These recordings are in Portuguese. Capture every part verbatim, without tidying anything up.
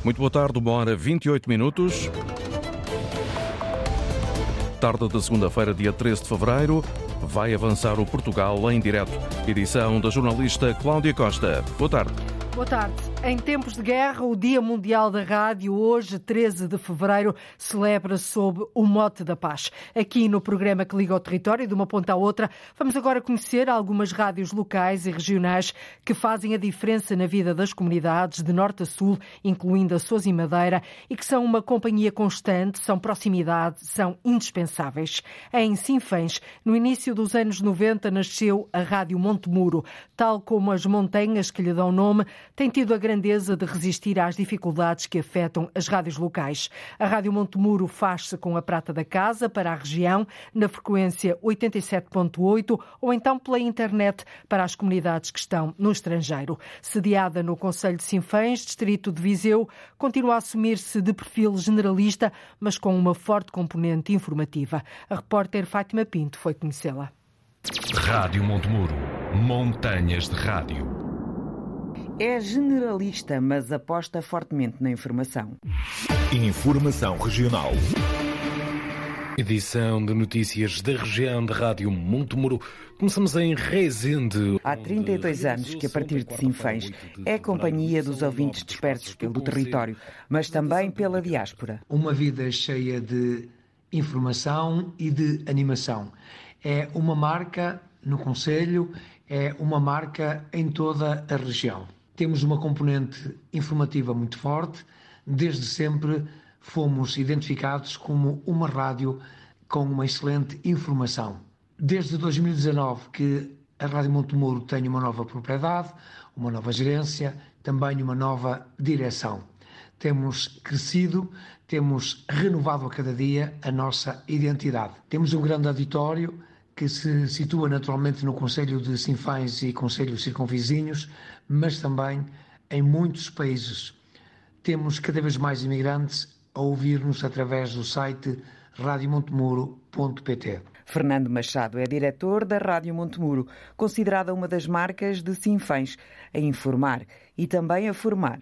Muito boa tarde, uma hora vinte e oito minutos. Tarde de segunda-feira, dia treze de fevereiro, vai avançar o Portugal em direto. Edição da jornalista Cláudia Costa. Boa tarde. Boa tarde. Em tempos de guerra, o Dia Mundial da Rádio, hoje, treze de fevereiro, celebra sob o mote da paz. Aqui no programa que liga o território de uma ponta à outra, vamos agora conhecer algumas rádios locais e regionais que fazem a diferença na vida das comunidades de norte a sul, incluindo Açores e Madeira, e que são uma companhia constante, são proximidade, são indispensáveis. Em Sinfãs, no início dos anos noventa, nasceu a Rádio Montemuro. Tal como as montanhas que lhe dão nome, tem tido a grandeza de resistir às dificuldades que afetam as rádios locais. A Rádio Montemuro faz-se com a prata da casa para a região, na frequência oitenta e sete ponto oito, ou então pela internet para as comunidades que estão no estrangeiro. Sediada no concelho de Sinfãs, distrito de Viseu, continua a assumir-se de perfil generalista, mas com uma forte componente informativa. A repórter Fátima Pinto foi conhecê-la. Rádio Montemuro. Montanhas de rádio. É generalista, mas aposta fortemente na informação. Informação regional. Edição de notícias da região da Rádio Montemuro. Começamos em Rezende. Há trinta e dois anos que, a partir de Sinfãs, é a companhia dos ouvintes dispersos pelo território, mas também pela diáspora. Uma vida cheia de informação e de animação. É uma marca no concelho, é uma marca em toda a região. Temos uma componente informativa muito forte. Desde sempre fomos identificados como uma rádio com uma excelente informação. Desde dois mil e dezanove que a Rádio Montemuro tem uma nova propriedade, uma nova gerência, também uma nova direção. Temos crescido, temos renovado a cada dia a nossa identidade. Temos um grande auditório que se situa naturalmente no concelho de Sinfãs e concelhos circunvizinhos, mas também em muitos países. Temos cada vez mais imigrantes a ouvir-nos através do site rádio montemuro ponto pt. Fernando Machado é diretor da Rádio Montemuro, considerada uma das marcas de Sinfãs, a informar e também a formar.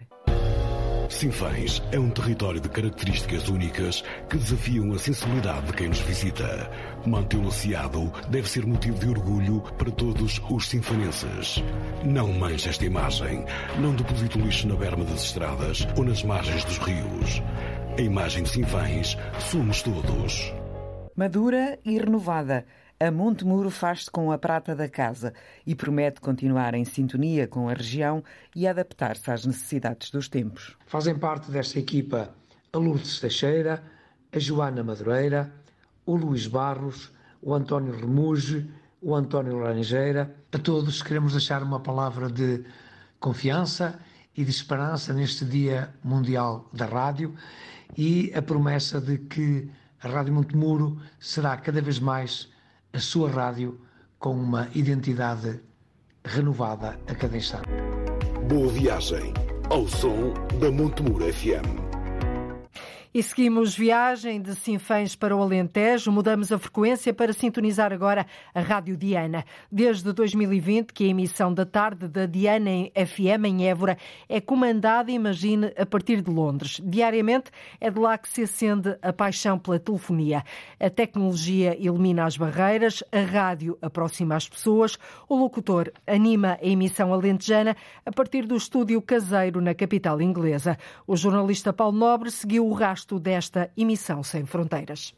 Sinfãs é um território de características únicas que desafiam a sensibilidade de quem nos visita. Mantê-lo asseado deve ser motivo de orgulho para todos os sinfanenses. Não manche esta imagem. Não deposite o lixo na berma das estradas ou nas margens dos rios. A imagem de Sinfãs somos todos. Madura e renovada, a Montemuro faz-se com a prata da casa e promete continuar em sintonia com a região e adaptar-se às necessidades dos tempos. Fazem parte desta equipa a Lourdes Teixeira, a Joana Madureira, o Luís Barros, o António Remuge, o António Laranjeira. A todos queremos deixar uma palavra de confiança e de esperança neste Dia Mundial da Rádio e a promessa de que a Rádio Montemuro será cada vez mais a sua rádio com uma identidade renovada a cada instante. Boa viagem ao som da Montemuro F M. E seguimos viagem de Sinfãs para o Alentejo. Mudamos a frequência para sintonizar agora a Rádio Diana. Desde dois mil e vinte que a emissão da tarde da Diana F M em Évora é comandada, imagine, a partir de Londres. Diariamente é de lá que se acende a paixão pela telefonia. A tecnologia elimina as barreiras, a rádio aproxima as pessoas, o locutor anima a emissão alentejana a partir do estúdio caseiro na capital inglesa. O jornalista Paulo Nobre seguiu o rastro desta emissão sem fronteiras.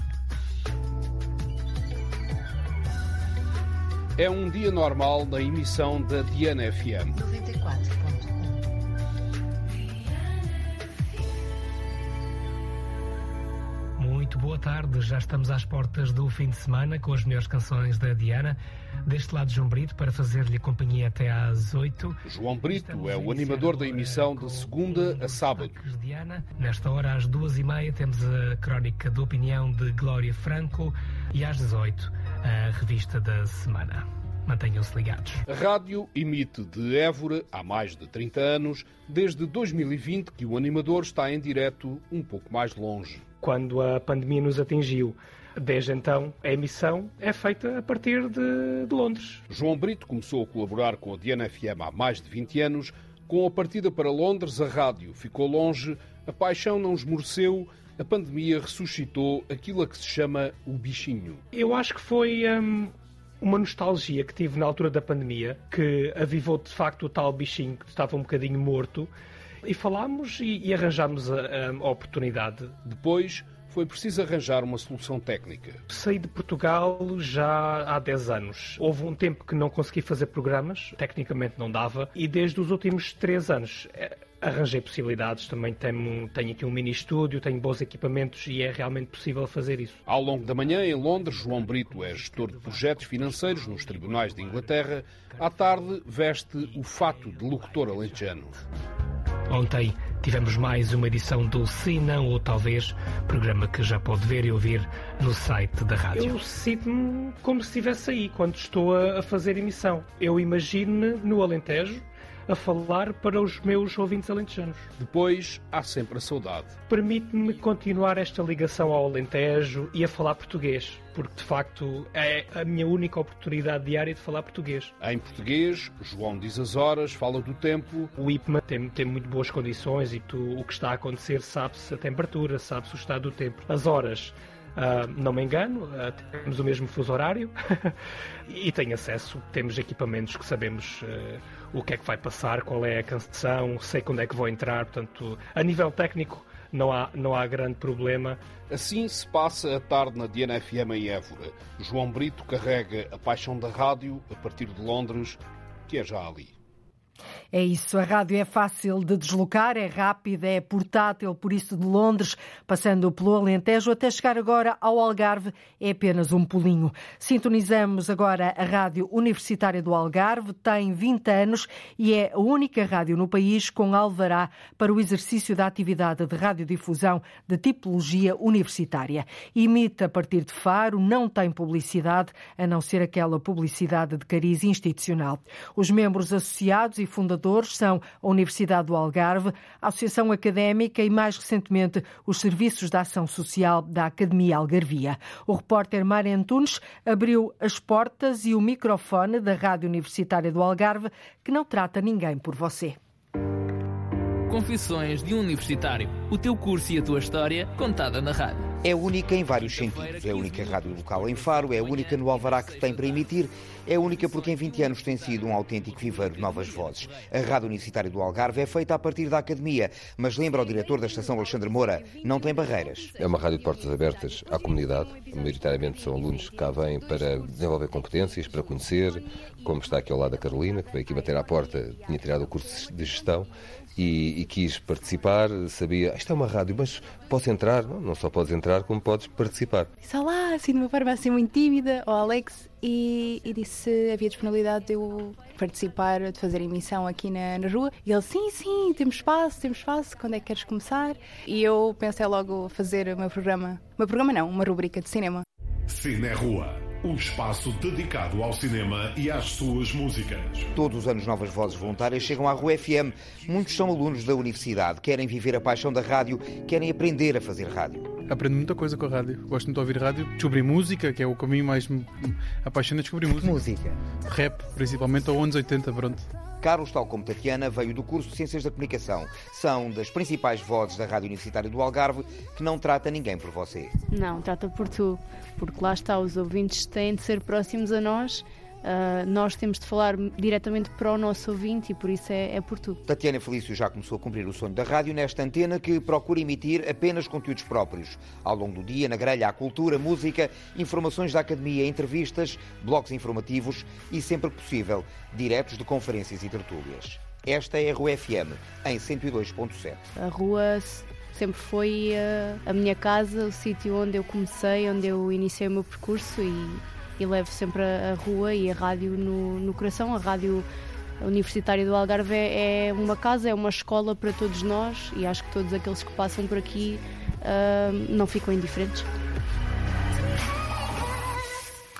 É um dia normal na emissão da Diana F M. noventa e quatro ponto um. Muito boa tarde, já estamos às portas do fim de semana com as melhores canções da Diana. Deste lado, João Brito, para fazer-lhe companhia até às oito. João Brito é o animador da emissão de segunda a sábado. Diana. Nesta hora, às duas e meia, temos a crónica de opinião de Glória Franco e às dezoito, a revista da semana. Mantenham-se ligados. A rádio emite de Évora há mais de trinta anos, desde dois mil e vinte que o animador está em direto um pouco mais longe. Quando a pandemia nos atingiu, desde então, a emissão é feita a partir de, de Londres. João Brito começou a colaborar com a Diana F M há mais de vinte anos, Com a partida para Londres, a rádio ficou longe, a paixão não esmoreceu, a pandemia ressuscitou aquilo a que se chama o bichinho. Eu acho que foi hum, uma nostalgia que tive na altura da pandemia, que avivou de facto o tal bichinho que estava um bocadinho morto, e falámos e, e arranjámos a, a oportunidade. Depois foi preciso arranjar uma solução técnica. Saí de Portugal já há dez anos. Houve um tempo que não consegui fazer programas, tecnicamente não dava, e desde os últimos três anos arranjei possibilidades. Também tenho, tenho aqui um mini estúdio, tenho bons equipamentos e é realmente possível fazer isso. Ao longo da manhã, em Londres, João Brito é gestor de projetos financeiros nos tribunais de Inglaterra. À tarde, veste o fato de locutor alentejano. Ontem tivemos mais uma edição do Sim, Não ou Talvez, programa que já pode ver e ouvir no site da rádio. Eu sinto-me como se estivesse aí quando estou a fazer emissão. Eu imagino-me no Alentejo a falar para os meus ouvintes alentejanos. Depois, há sempre a saudade. Permite-me continuar esta ligação ao Alentejo e a falar português, porque de facto é a minha única oportunidade diária de falar português. Em português, João diz as horas, fala do tempo. O I P M A tem, tem muito boas condições e tu, o que está a acontecer sabe-se a temperatura, sabe-se o estado do tempo. As horas, Uh, não me engano, uh, temos o mesmo fuso horário e tenho acesso, temos equipamentos que sabemos uh, o que é que vai passar, qual é a canção, sei quando é que vou entrar, portanto, a nível técnico não há, não há grande problema. Assim se passa a tarde na D N F M em Évora. João Brito carrega a paixão da rádio a partir de Londres, que é já ali. É isso, a rádio é fácil de deslocar, é rápida, é portátil, por isso de Londres, passando pelo Alentejo, até chegar agora ao Algarve, é apenas um pulinho. Sintonizamos agora a Rádio Universitária do Algarve, tem vinte anos e é a única rádio no país com alvará para o exercício da atividade de radiodifusão de tipologia universitária. Imita a partir de Faro, não tem publicidade, a não ser aquela publicidade de cariz institucional. Os membros associados e fundadores são a Universidade do Algarve, a Associação Académica e, mais recentemente, os Serviços de Ação Social da Academia Algarvia. O repórter Mário Antunes abriu as portas e o microfone da Rádio Universitária do Algarve, que não trata ninguém por você. Confissões de um Universitário. O teu curso e a tua história contada na rádio. É única em vários sentidos. É a única rádio local em Faro, é a única no alvará que tem para emitir, é única porque em vinte anos tem sido um autêntico viveiro de novas vozes. A Rádio Universitária do Algarve é feita a partir da Academia, mas lembra o diretor da estação, Alexandre Moura, não tem barreiras. É uma rádio de portas abertas à comunidade. Maioritariamente são alunos que cá vêm para desenvolver competências, para conhecer, como está aqui ao lado da Carolina, que veio aqui bater à porta, tinha tirado o curso de gestão. E, e quis participar, sabia, isto é uma rádio, mas posso entrar? Não, não só podes entrar, como podes participar. Disse olá, assim de uma forma assim muito tímida, ao Alex, e, e disse se havia disponibilidade de eu participar, de fazer emissão aqui na, na rua. E ele, sim, sim, temos espaço, temos espaço, quando é que queres começar? E eu pensei logo fazer o meu programa, o meu programa não, uma rubrica de cinema. Cine Rua, um espaço dedicado ao cinema e às suas músicas. Todos os anos novas vozes voluntárias chegam à Rua F M. Muitos são alunos da universidade, querem viver a paixão da rádio, querem aprender a fazer rádio. Aprendo muita coisa com a rádio. Gosto muito de ouvir rádio. Descobri música, que é o caminho mais me apaixona, descobrir música. Música? Rap, principalmente, ou anos oitenta, pronto. Carlos, tal como Tatiana, veio do curso de Ciências da Comunicação. São das principais vozes da Rádio Universitária do Algarve, que não trata ninguém por você. Não, trata por tu, porque lá está, os ouvintes têm de ser próximos a nós. Uh, nós temos de falar diretamente para o nosso ouvinte e por isso é, é por tu. Tatiana Felício já começou a cumprir o sonho da rádio nesta antena que procura emitir apenas conteúdos próprios. Ao longo do dia, na grelha há cultura, música, informações da academia, entrevistas, blogs informativos e, sempre que possível, diretos de conferências e tertúlias. Esta é a Rua F M, em cento e dois ponto sete. A Rua sempre foi uh, a minha casa, o sítio onde eu comecei, onde eu iniciei o meu percurso e... e levo sempre a rua e a rádio no, no coração. A Rádio Universitária do Algarve é uma casa, é uma escola para todos nós e acho que todos aqueles que passam por aqui uh, não ficam indiferentes. A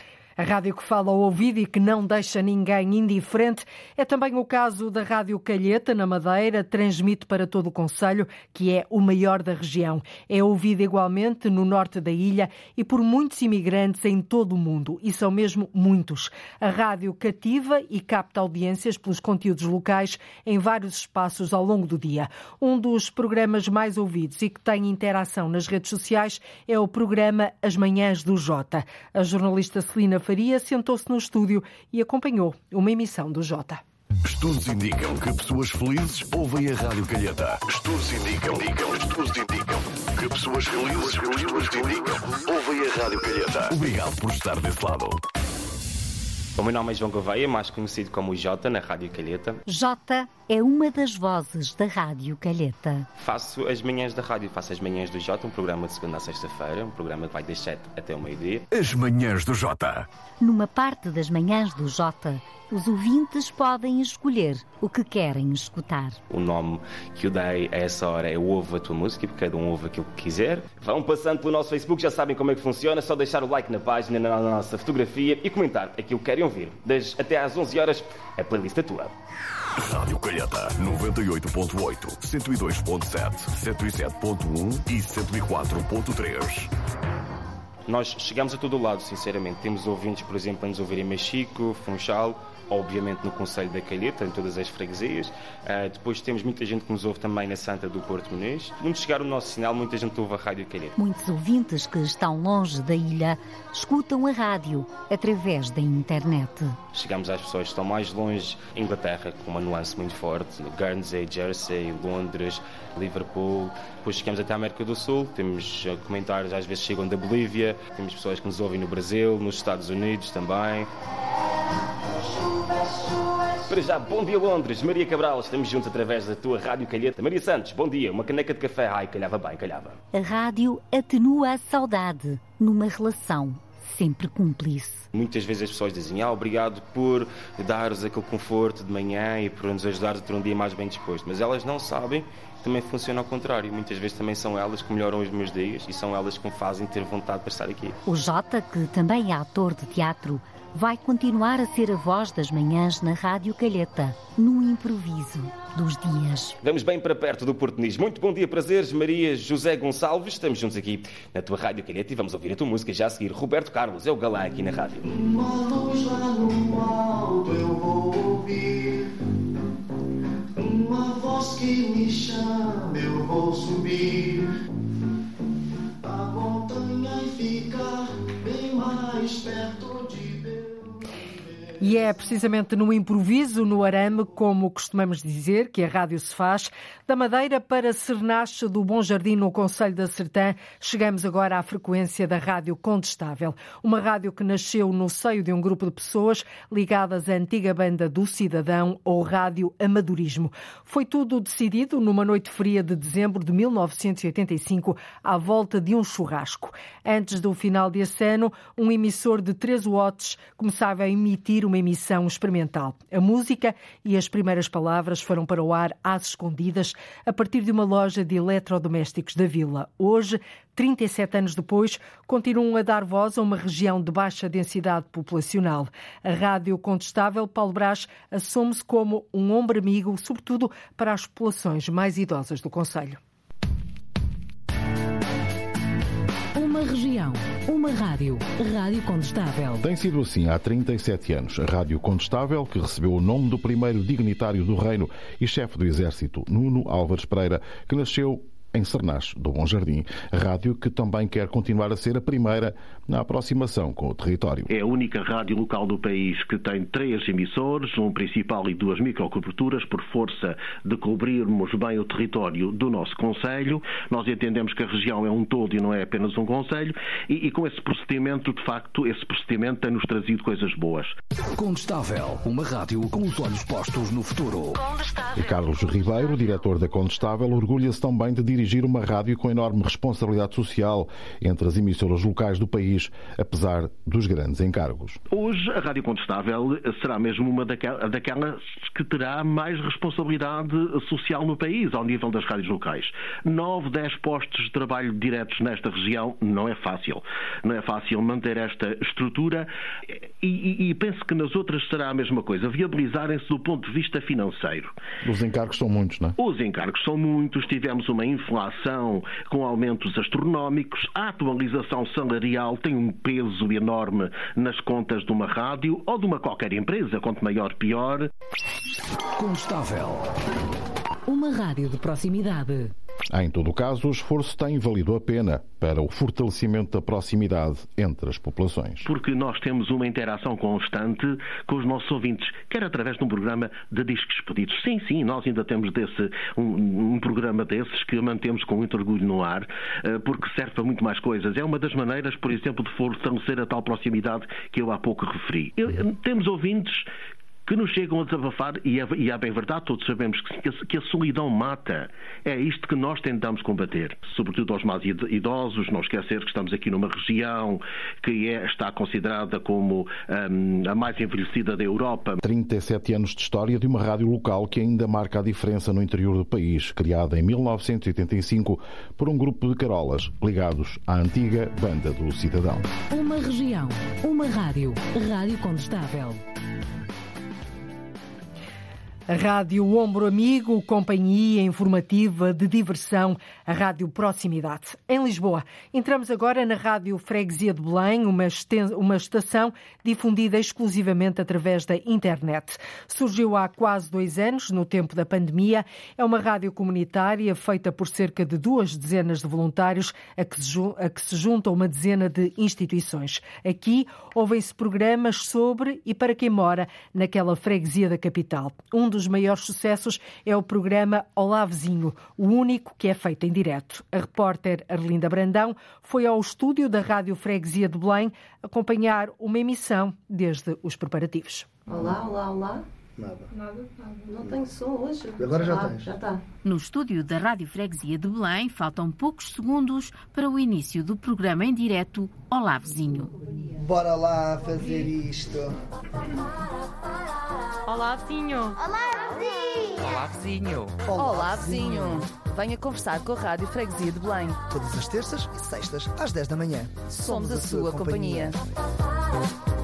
A rádio que fala ao ouvido e que não deixa ninguém indiferente. É também o caso da Rádio Calheta, na Madeira, transmite para todo o concelho, que é o maior da região. É ouvida igualmente no norte da ilha e por muitos imigrantes em todo o mundo. E são mesmo muitos. A rádio cativa e capta audiências pelos conteúdos locais em vários espaços ao longo do dia. Um dos programas mais ouvidos e que tem interação nas redes sociais é o programa As Manhãs do Jota. A jornalista Celina Faria sentou-se no estúdio e acompanhou uma emissão do Jota. Estudos indicam que pessoas felizes ouvem a Rádio Calheta. Estudos indicam, indicam, estudos indicam que pessoas felizes, estudos indicam, ouvem a Rádio Calheta. Obrigado por estar desse lado. O meu nome é João Gouveia, mais conhecido como o Jota, na Rádio Calheta. Jota é uma das vozes da Rádio Calheta. Faço as manhãs da rádio, faço as manhãs do Jota, um programa de segunda a sexta-feira, um programa que vai das sete até o meio-dia. As manhãs do Jota. Numa parte das manhãs do Jota, os ouvintes podem escolher o que querem escutar. O nome que eu dei a essa hora é Ouve a Tua Música, porque cada um ouve aquilo que quiser. Vão passando pelo nosso Facebook, já sabem como é que funciona, é só deixar o like na página, na nossa fotografia e comentar aquilo que querem ouvir. Das até às onze horas, a playlist é tua. Rádio Calheta, noventa e oito ponto oito, cento e dois ponto sete, cento e sete ponto um e cento e quatro ponto três. Nós chegamos a todo o lado, sinceramente. Temos ouvintes, por exemplo, a nos ouvir em Machico, Funchal, obviamente no Concelho da Calheta, em todas as freguesias. Uh, depois temos muita gente que nos ouve também na Santa do Porto Muniz. Onde chegar o nosso sinal, muita gente ouve a Rádio Calheta. Muitos ouvintes que estão longe da ilha escutam a rádio através da internet. Chegamos às pessoas que estão mais longe, Inglaterra, com uma nuance muito forte, Guernsey, Jersey, Londres, Liverpool. Depois chegamos até a América do Sul, temos comentários, às vezes chegam da Bolívia, temos pessoas que nos ouvem no Brasil, nos Estados Unidos também. Para já, bom dia Londres, Maria Cabral, estamos juntos através da tua Rádio Calheta. Maria Santos, bom dia, uma caneca de café, ai, calhava bem, calhava. A rádio atenua a saudade numa relação sempre cúmplice. Muitas vezes as pessoas dizem, ah, obrigado por dar-nos aquele conforto de manhã e por nos ajudares a ter um dia mais bem disposto, mas elas não sabem que também funciona ao contrário. Muitas vezes também são elas que melhoram os meus dias e são elas que me fazem ter vontade para estar aqui. O Jota, que também é ator de teatro, vai continuar a ser a voz das manhãs na Rádio Calheta, no improviso dos dias. Vamos bem para perto do Porto Muniz. Muito bom dia, prazeres, Maria José Gonçalves. Estamos juntos aqui na tua Rádio Calheta e vamos ouvir a tua música já a seguir. Roberto Carlos é o galã aqui na rádio. Uma luz lá no alto eu vou ouvir, uma voz que me chama eu vou subir a montanha e ficar bem mais perto de E é precisamente no improviso, no arame, como costumamos dizer, que a rádio se faz. Da Madeira para Cernache do Bom Jardim, no Concelho da Sertã, chegamos agora à frequência da Rádio Condestável. Uma rádio que nasceu no seio de um grupo de pessoas ligadas à antiga banda do Cidadão ou Rádio Amadorismo. Foi tudo decidido numa noite fria de dezembro de mil novecentos e oitenta e cinco, à volta de um churrasco. Antes do final desse ano, um emissor de três watts começava a emitir uma uma emissão experimental. A música e as primeiras palavras foram para o ar às escondidas a partir de uma loja de eletrodomésticos da vila. Hoje, trinta e sete anos depois, continuam a dar voz a uma região de baixa densidade populacional. A Rádio Condestável, Paulo Brás, assume-se como um ombro amigo, sobretudo para as populações mais idosas do concelho. Uma região, uma rádio, Rádio Condestável. Tem sido assim há trinta e sete anos. A Rádio Condestável, que recebeu o nome do primeiro dignitário do reino e chefe do exército, Nuno Álvares Pereira, que nasceu em Cernache do Bom Jardim. A rádio que também quer continuar a ser a primeira na aproximação com o território. É a única rádio local do país que tem três emissores, um principal e duas microcoberturas, por força de cobrirmos bem o território do nosso concelho. Nós entendemos que a região é um todo e não é apenas um concelho, e, e com esse procedimento, de facto, esse procedimento tem-nos trazido coisas boas. Condestável, uma rádio com os olhos postos no futuro. E Carlos Ribeiro, diretor da Condestável, orgulha-se também de dirigir dirigir uma rádio com enorme responsabilidade social entre as emissoras locais do país, apesar dos grandes encargos. Hoje, a Rádio Contestável será mesmo uma daquelas que terá mais responsabilidade social no país, ao nível das rádios locais. Nove, dez postos de trabalho diretos nesta região não é fácil. Não é fácil manter esta estrutura e, e, e penso que nas outras será a mesma coisa, viabilizarem-se do ponto de vista financeiro. Os encargos são muitos, não é? Os encargos são muitos, tivemos uma inflação com aumentos astronómicos, a atualização salarial tem um peso enorme nas contas de uma rádio ou de uma qualquer empresa, quanto maior, pior. Contestável. Uma rádio de proximidade. Em todo o caso, o esforço tem valido a pena para o fortalecimento da proximidade entre as populações. Porque nós temos uma interação constante com os nossos ouvintes, quer através de um programa de discos pedidos. Sim, sim, nós ainda temos desse, um, um programa desses que mantemos com muito orgulho no ar, porque serve para muito mais coisas. É uma das maneiras, por exemplo, de fortalecer a tal proximidade que eu há pouco referi. Eu, temos ouvintes que nos chegam a desabafar, e é, e é bem verdade, todos sabemos que, que a solidão mata. É isto que nós tentamos combater. Sobretudo aos mais idosos, não esquecer que estamos aqui numa região que é, está considerada como um, a mais envelhecida da Europa. trinta e sete anos de história de uma rádio local que ainda marca a diferença no interior do país, criada em mil novecentos e oitenta e cinco por um grupo de carolas ligados à antiga Banda do Cidadão. Uma região, uma rádio, Rádio Contestável. A Rádio Ombro Amigo, companhia informativa de diversão, a Rádio Proximidade. Em Lisboa, entramos agora na Rádio Freguesia de Belém, uma, uma estação difundida exclusivamente através da internet. Surgiu há quase dois anos, no tempo da pandemia. É uma rádio comunitária feita por cerca de duas dezenas de voluntários, a que se, a que se junta uma dezena de instituições. Aqui ouvem-se programas sobre e para quem mora naquela freguesia da capital. Um dos maiores sucessos é o programa Olá Vizinho, o único que é feito em direto. A repórter Arlinda Brandão foi ao estúdio da Rádio Freguesia de Belém acompanhar uma emissão desde os preparativos. Olá, olá, olá. Nada. Nada, nada. Não tenho som hoje. Agora já ah, tens. Já está. No estúdio da Rádio Freguesia de Belém, faltam poucos segundos para o início do programa em direto Olá Vizinho. Bora lá fazer isto. Olá, vizinho. Olá, vizinho. Olá, vizinho. Olá, Olá vizinho. Venha conversar com a Rádio Freguesia de Belém. Todas as terças e sextas, às dez da manhã. Somos, Somos a, a sua, sua companhia. companhia.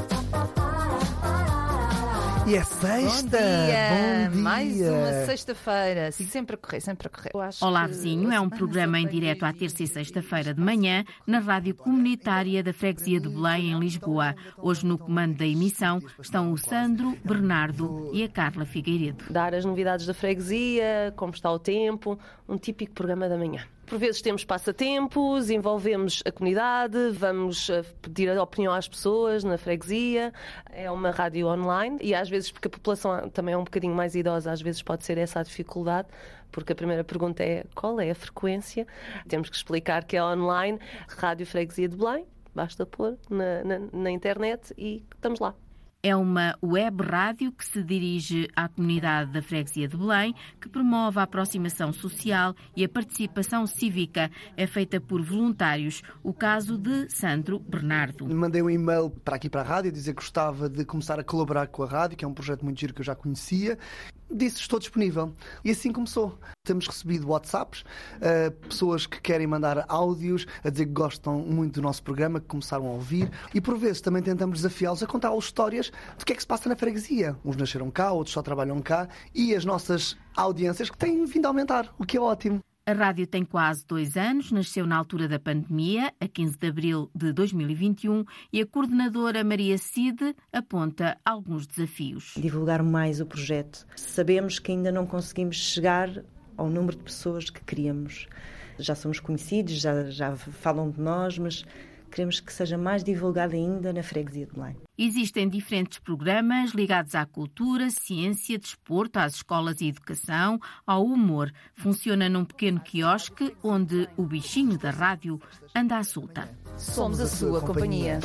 E é sexta! Bom dia! Bom dia. Mais uma sexta-feira. Sempre a correr, sempre a correr. Olá, Vizinho é um programa em direto à terça e sexta-feira de manhã na Rádio Comunitária da Freguesia de Belém, em Lisboa. Hoje, no comando da emissão, estão o Sandro, Bernardo e a Carla Figueiredo. Dar as novidades da freguesia, como está o tempo, um típico programa da manhã. Por vezes temos passatempos, envolvemos a comunidade, vamos pedir a opinião às pessoas na freguesia. É uma rádio online e às vezes, porque a população também é um bocadinho mais idosa, às vezes pode ser essa a dificuldade, porque a primeira pergunta é qual é a frequência? Temos que explicar que é online, Rádio Freguesia de Belém, basta pôr na, na, na internet e estamos lá. É uma web rádio que se dirige à comunidade da Freguesia de Belém, que promove a aproximação social e a participação cívica. É feita por voluntários. O caso de Sandro Bernardo. Mandei um e-mail para aqui para a rádio, dizer que gostava de começar a colaborar com a rádio, que é um projeto muito giro que eu já conhecia. Disse, estou disponível. E assim começou. Temos recebido WhatsApps, uh, pessoas que querem mandar áudios, a dizer que gostam muito do nosso programa, que começaram a ouvir. E por vezes também tentamos desafiá-los a contar-lhes histórias do que é que se passa na freguesia. Uns nasceram cá, outros só trabalham cá. E as nossas audiências que têm vindo a aumentar, o que é ótimo. A rádio tem quase dois anos, nasceu na altura da pandemia, a quinze de abril de dois mil e vinte e um, e a coordenadora Maria Cide aponta alguns desafios. Divulgar mais o projeto. Sabemos que ainda não conseguimos chegar ao número de pessoas que queríamos. Já somos conhecidos, já, já falam de nós, mas queremos que seja mais divulgado ainda na Freguesia de Belém. Existem diferentes programas ligados à cultura, ciência, desporto, às escolas e educação, ao humor. Funciona num pequeno quiosque onde o bichinho da rádio anda à solta. Somos a sua companhia.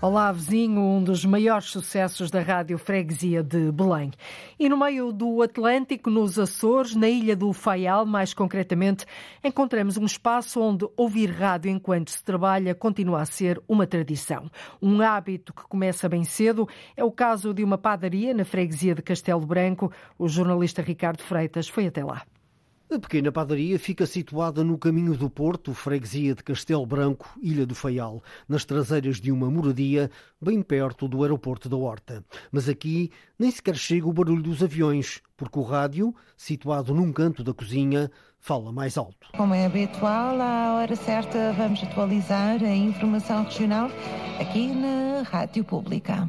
Olá, vizinho, um dos maiores sucessos da Rádio Freguesia de Belém. E no meio do Atlântico, nos Açores, na ilha do Faial, mais concretamente, encontramos um espaço onde ouvir rádio enquanto se trabalha continua a ser uma tradição. Um hábito que começa bem cedo é o caso de uma padaria na Freguesia de Castelo Branco. O jornalista Ricardo Freitas foi até lá. A pequena padaria fica situada no caminho do Porto, freguesia de Castelo Branco, Ilha do Faial, nas traseiras de uma moradia, bem perto do aeroporto da Horta. Mas aqui nem sequer chega o barulho dos aviões, porque o rádio, situado num canto da cozinha, fala mais alto. Como é habitual, à hora certa vamos atualizar a informação regional aqui na Rádio Pública.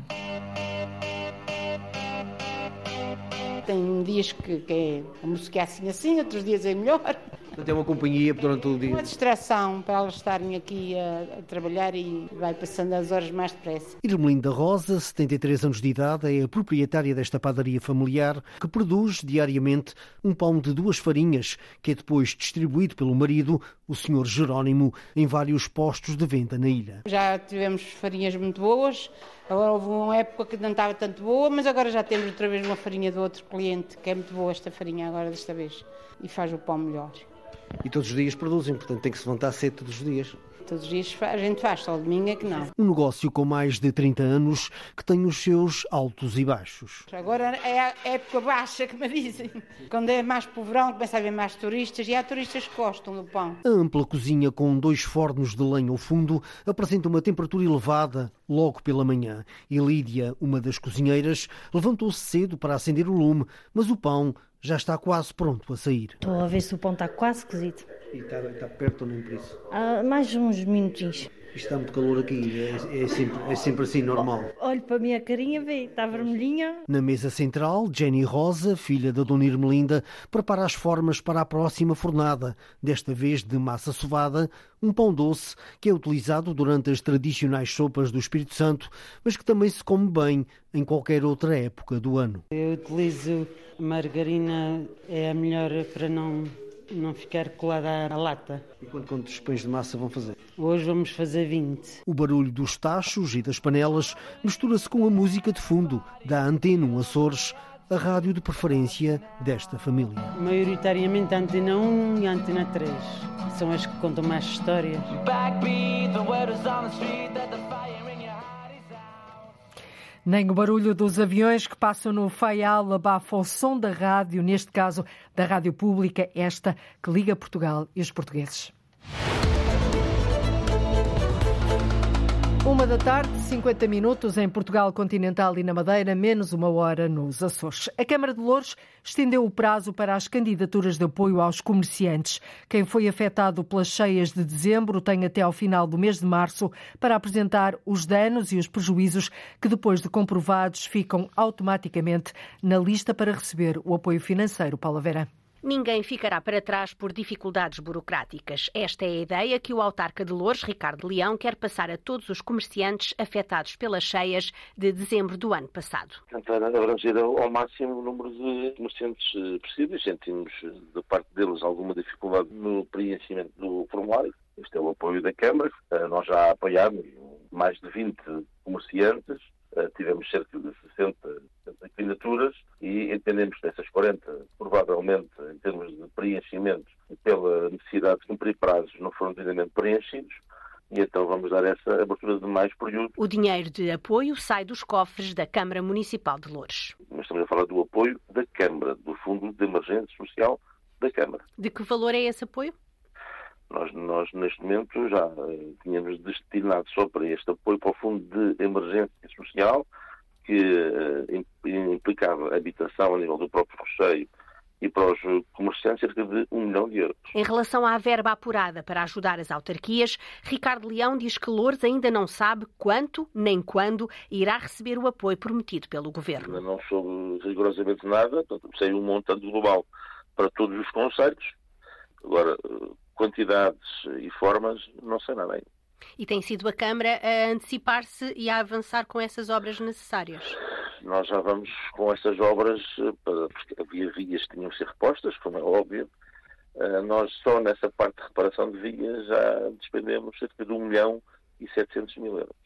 Tem dias que, que é a música é assim assim, outros dias é melhor. Tem uma companhia durante todo o dia. Uma distração para elas estarem aqui a, a trabalhar e vai passando as horas mais depressa. Irmelinda Rosa, setenta e três anos de idade, é a proprietária desta padaria familiar que produz diariamente um pão de duas farinhas, que é depois distribuído pelo marido, o senhor Jerónimo, em vários postos de venda na ilha. Já tivemos farinhas muito boas, agora houve uma época que não estava tanto boa, mas agora já temos outra vez uma farinha do outro cliente, que é muito boa esta farinha agora desta vez, e faz o pão melhor. E todos os dias produzem, portanto tem que se levantar cedo todos os dias. Todos os dias a gente faz, só o domingo é que não. Um negócio com mais de trinta anos que tem os seus altos e baixos. Agora é a época baixa, que me dizem. Quando é mais para o verão, começa a haver mais turistas e há turistas que gostam do pão. A ampla cozinha com dois fornos de lenha ao fundo apresenta uma temperatura elevada logo pela manhã. E Lídia, uma das cozinheiras, levantou-se cedo para acender o lume, mas o pão já está quase pronto a sair. Estou a ver se o pão está quase cozido. E está, está perto ou nem por isso? Ah, mais uns minutinhos. Isto está muito calor aqui, é, é, sempre, é sempre assim, normal. Olho para a minha carinha, vê, está vermelhinha. Na mesa central, Jenny Rosa, filha da Dona Irmelinda, prepara as formas para a próxima fornada, desta vez de massa sovada, um pão doce que é utilizado durante as tradicionais sopas do Espírito Santo, mas que também se come bem em qualquer outra época do ano. Eu utilizo margarina, é a melhor para não... não ficar colada à lata. E quantos pães de massa vão fazer? Hoje vamos fazer vinte. O barulho dos tachos e das panelas mistura-se com a música de fundo da Antena um Açores, a rádio de preferência desta família. Maioritariamente a Antena um e a Antena três. São as que contam mais histórias. Nem o barulho dos aviões que passam no Faial abafa o som da rádio, neste caso da Rádio Pública, esta que liga Portugal e os portugueses. Uma da tarde, cinquenta minutos em Portugal continental e na Madeira, menos uma hora nos Açores. A Câmara de Loures estendeu o prazo para as candidaturas de apoio aos comerciantes. Quem foi afetado pelas cheias de dezembro tem até ao final do mês de março para apresentar os danos e os prejuízos que, depois de comprovados, ficam automaticamente na lista para receber o apoio financeiro. Paula Vera. Ninguém ficará para trás por dificuldades burocráticas. Esta é a ideia que o autarca de Loures, Ricardo Leão, quer passar a todos os comerciantes afetados pelas cheias de dezembro do ano passado. Tentar abranger ao máximo o número de comerciantes possíveis. Sentimos da parte deles alguma dificuldade no preenchimento do formulário. Este é o apoio da Câmara. Nós já apoiámos mais de vinte comerciantes. Tivemos cerca de sessenta candidaturas e entendemos que essas quarenta, provavelmente, em termos de preenchimento e pela necessidade de cumprir prazos, não foram devidamente preenchidos. E então vamos dar essa abertura de mais período. O dinheiro de apoio sai dos cofres da Câmara Municipal de Loures. Mas estamos a falar do apoio da Câmara, do Fundo de Emergência Social da Câmara. De que valor é esse apoio? Nós, nós, neste momento, já uh, tínhamos destinado só para este apoio para o Fundo de Emergência Social, que uh, implicava habitação a nível do próprio recheio e para os comerciantes cerca de um milhão de euros. Em relação à verba apurada para ajudar as autarquias, Ricardo Leão diz que Loures ainda não sabe quanto nem quando irá receber o apoio prometido pelo Governo. Ainda não soube rigorosamente nada, portanto, saiu um montante global para todos os concelhos. Agora, quantidades e formas, não sei nada ainda. E tem sido a Câmara a antecipar-se e a avançar com essas obras necessárias? Nós já vamos com essas obras, porque havia vias que tinham que ser repostas, como é óbvio. Nós só nessa parte de reparação de vias já despendemos cerca de um milhão e setecentos mil euros.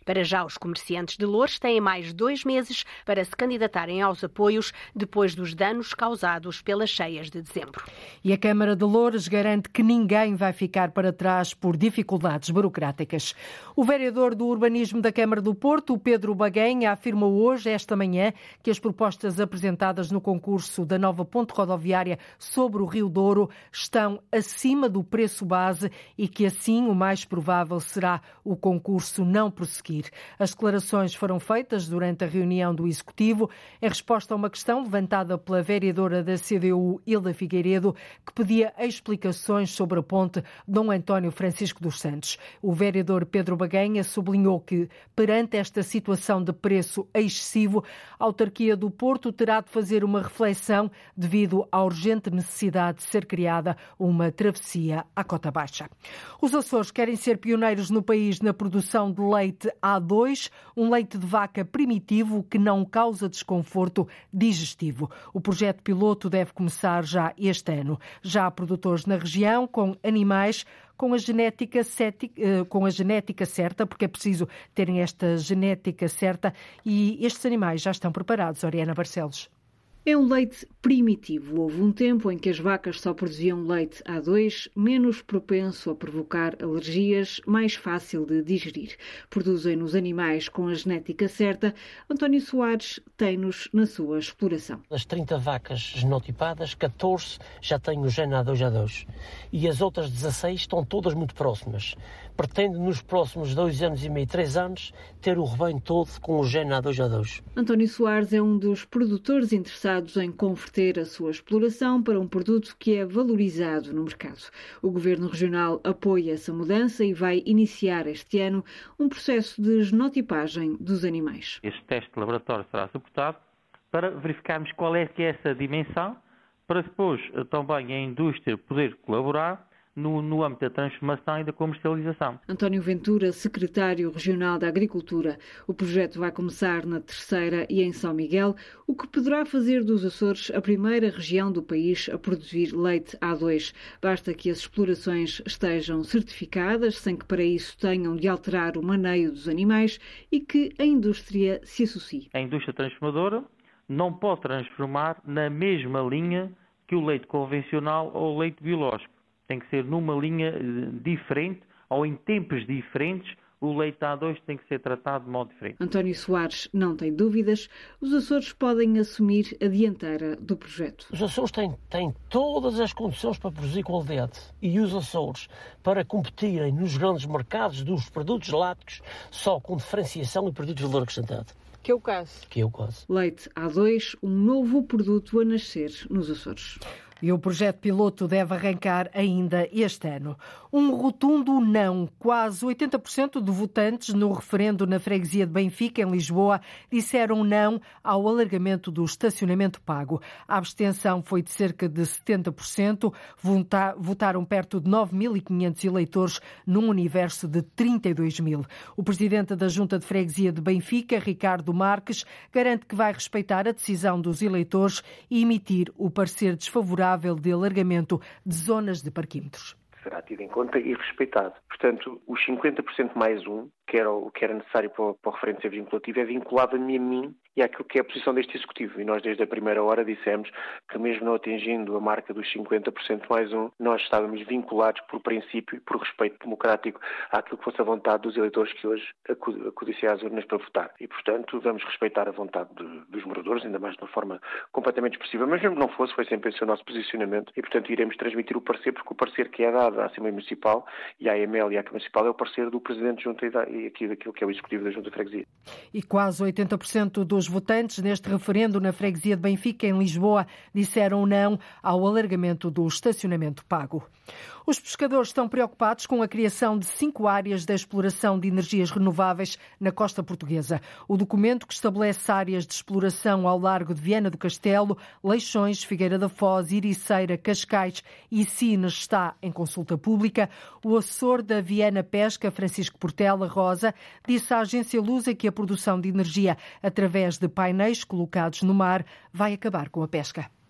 Para já, os comerciantes de Loures têm mais dois meses para se candidatarem aos apoios depois dos danos causados pelas cheias de dezembro. E a Câmara de Loures garante que ninguém vai ficar para trás por dificuldades burocráticas. O vereador do Urbanismo da Câmara do Porto, Pedro Baguenha, afirmou hoje, esta manhã, que as propostas apresentadas no concurso da nova ponte rodoviária sobre o Rio Douro estão acima do preço base e que, assim, o mais provável será o concurso não prosseguir. As declarações foram feitas durante a reunião do Executivo em resposta a uma questão levantada pela vereadora da C D U, Hilda Figueiredo, que pedia explicações sobre a ponte Dom António Francisco dos Santos. O vereador Pedro Baguenha sublinhou que, perante esta situação de preço excessivo, a autarquia do Porto terá de fazer uma reflexão devido à urgente necessidade de ser criada uma travessia à Cota Baixa. Os Açores querem ser pioneiros no país na produção de leite A dois, um leite de vaca primitivo que não causa desconforto digestivo. O projeto piloto deve começar já este ano. Já há produtores na região com animais com a genética, com a genética certa, porque é preciso terem esta genética certa, e estes animais já estão preparados. Oriana Barcelos. É um leite primitivo. Houve um tempo em que as vacas só produziam leite A dois, menos propenso a provocar alergias, mais fácil de digerir. Produzem-nos animais com a genética certa. António Soares tem-nos na sua exploração. Das trinta vacas genotipadas, catorze já têm o gene A dois A dois e as outras dezasseis estão todas muito próximas. Pretende nos próximos dois anos e meio, três anos, ter o rebanho todo com o gene A dois A dois. António Soares é um dos produtores interessados em converter a sua exploração para um produto que é valorizado no mercado. O Governo Regional apoia essa mudança e vai iniciar este ano um processo de genotipagem dos animais. Este teste de laboratório será suportado para verificarmos qual é que é essa dimensão, para depois também a indústria poder colaborar No, no âmbito da transformação e da comercialização. António Ventura, secretário regional da Agricultura. O projeto vai começar na Terceira e em São Miguel, o que poderá fazer dos Açores a primeira região do país a produzir leite A dois. Basta que as explorações estejam certificadas, sem que para isso tenham de alterar o maneio dos animais e que a indústria se associe. A indústria transformadora não pode transformar na mesma linha que o leite convencional ou o leite biológico. Tem que ser numa linha diferente ou em tempos diferentes. O leite A dois tem que ser tratado de modo diferente. António Soares não tem dúvidas. Os Açores podem assumir a dianteira do projeto. Os Açores têm, têm todas as condições para produzir qualidade. E os Açores, para competirem nos grandes mercados dos produtos lácteos, só com diferenciação e produtos de valor acrescentado. Que é o caso. Que é o caso. Leite A dois, um novo produto a nascer nos Açores. E o projeto piloto deve arrancar ainda este ano. Um rotundo não. Quase oitenta por cento de votantes no referendo na freguesia de Benfica, em Lisboa, disseram não ao alargamento do estacionamento pago. A abstenção foi de cerca de setenta por cento. Votaram perto de nove mil e quinhentos eleitores num universo de trinta e dois mil. O presidente da Junta de Freguesia de Benfica, Ricardo Marques, garante que vai respeitar a decisão dos eleitores e emitir o parecer desfavorável de alargamento de zonas de parquímetros. Será tido em conta e respeitado. Portanto, os cinquenta por cento mais um, que era o que era necessário para o, para o referendo ser vinculativo, é vinculado a mim, a mim e àquilo que é a posição deste Executivo. E nós, desde a primeira hora, dissemos que, mesmo não atingindo a marca dos cinquenta por cento mais um, nós estávamos vinculados por princípio e por respeito democrático àquilo que fosse a vontade dos eleitores que hoje acudissem às urnas para votar. E, portanto, vamos respeitar a vontade de, dos moradores, ainda mais de uma forma completamente expressiva. Mas mesmo que não fosse, foi sempre esse o nosso posicionamento e, portanto, iremos transmitir o parecer, porque o parecer que é dado à Assembleia Municipal e à A M L e à Câmara Municipal é o parecer do Presidente Junta e aqui daquilo que é o Executivo da Junta de Freguesia. E quase oitenta por cento dos votantes neste referendo na freguesia de Benfica, em Lisboa, disseram não ao alargamento do estacionamento pago. Os pescadores estão preocupados com a criação de cinco áreas de exploração de energias renováveis na costa portuguesa. O documento que estabelece áreas de exploração ao largo de Viana do Castelo, Leixões, Figueira da Foz, Ericeira, Cascais e Sines está em consulta pública. O assessor da Viana Pesca, Francisco Portela Rosa, disse à agência Lusa que a produção de energia através de painéis colocados no mar vai acabar com a pesca. As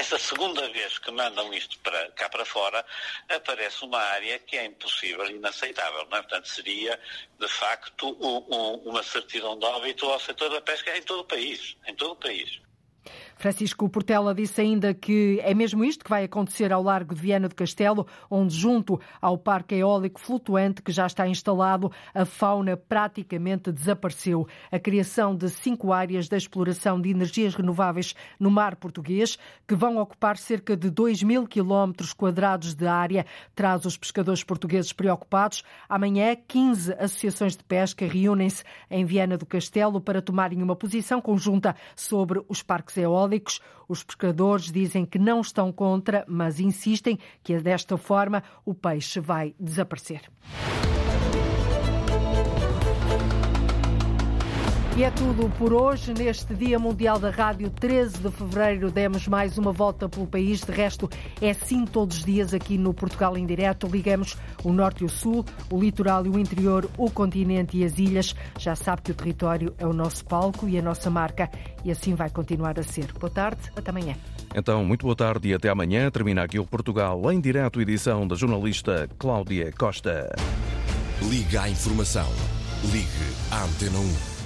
Nessa segunda vez que mandam isto para, cá para fora, aparece uma área que é impossível e inaceitável, não é? Portanto, seria, de facto, um, um, uma certidão de óbito ao setor da pesca em todo o país, em todo o país. Francisco Portela disse ainda que é mesmo isto que vai acontecer ao largo de Viana do Castelo, onde, junto ao parque eólico flutuante que já está instalado, a fauna praticamente desapareceu. A criação de cinco áreas de exploração de energias renováveis no mar português, que vão ocupar cerca de dois mil quilómetros quadrados de área, traz os pescadores portugueses preocupados. Amanhã, quinze associações de pesca reúnem-se em Viana do Castelo para tomarem uma posição conjunta sobre os parques eólicos. Os pescadores dizem que não estão contra, mas insistem que desta forma o peixe vai desaparecer. E é tudo por hoje. Neste Dia Mundial da Rádio, treze de fevereiro, demos mais uma volta pelo país. De resto, é assim todos os dias aqui no Portugal em Direto. Ligamos o Norte e o Sul, o litoral e o interior, o continente e as ilhas. Já sabe que o território é o nosso palco e a nossa marca, e assim vai continuar a ser. Boa tarde, até amanhã. Então, muito boa tarde e até amanhã. Termina aqui o Portugal em Direto, edição da jornalista Cláudia Costa. Liga à informação. Ligue à Antena um.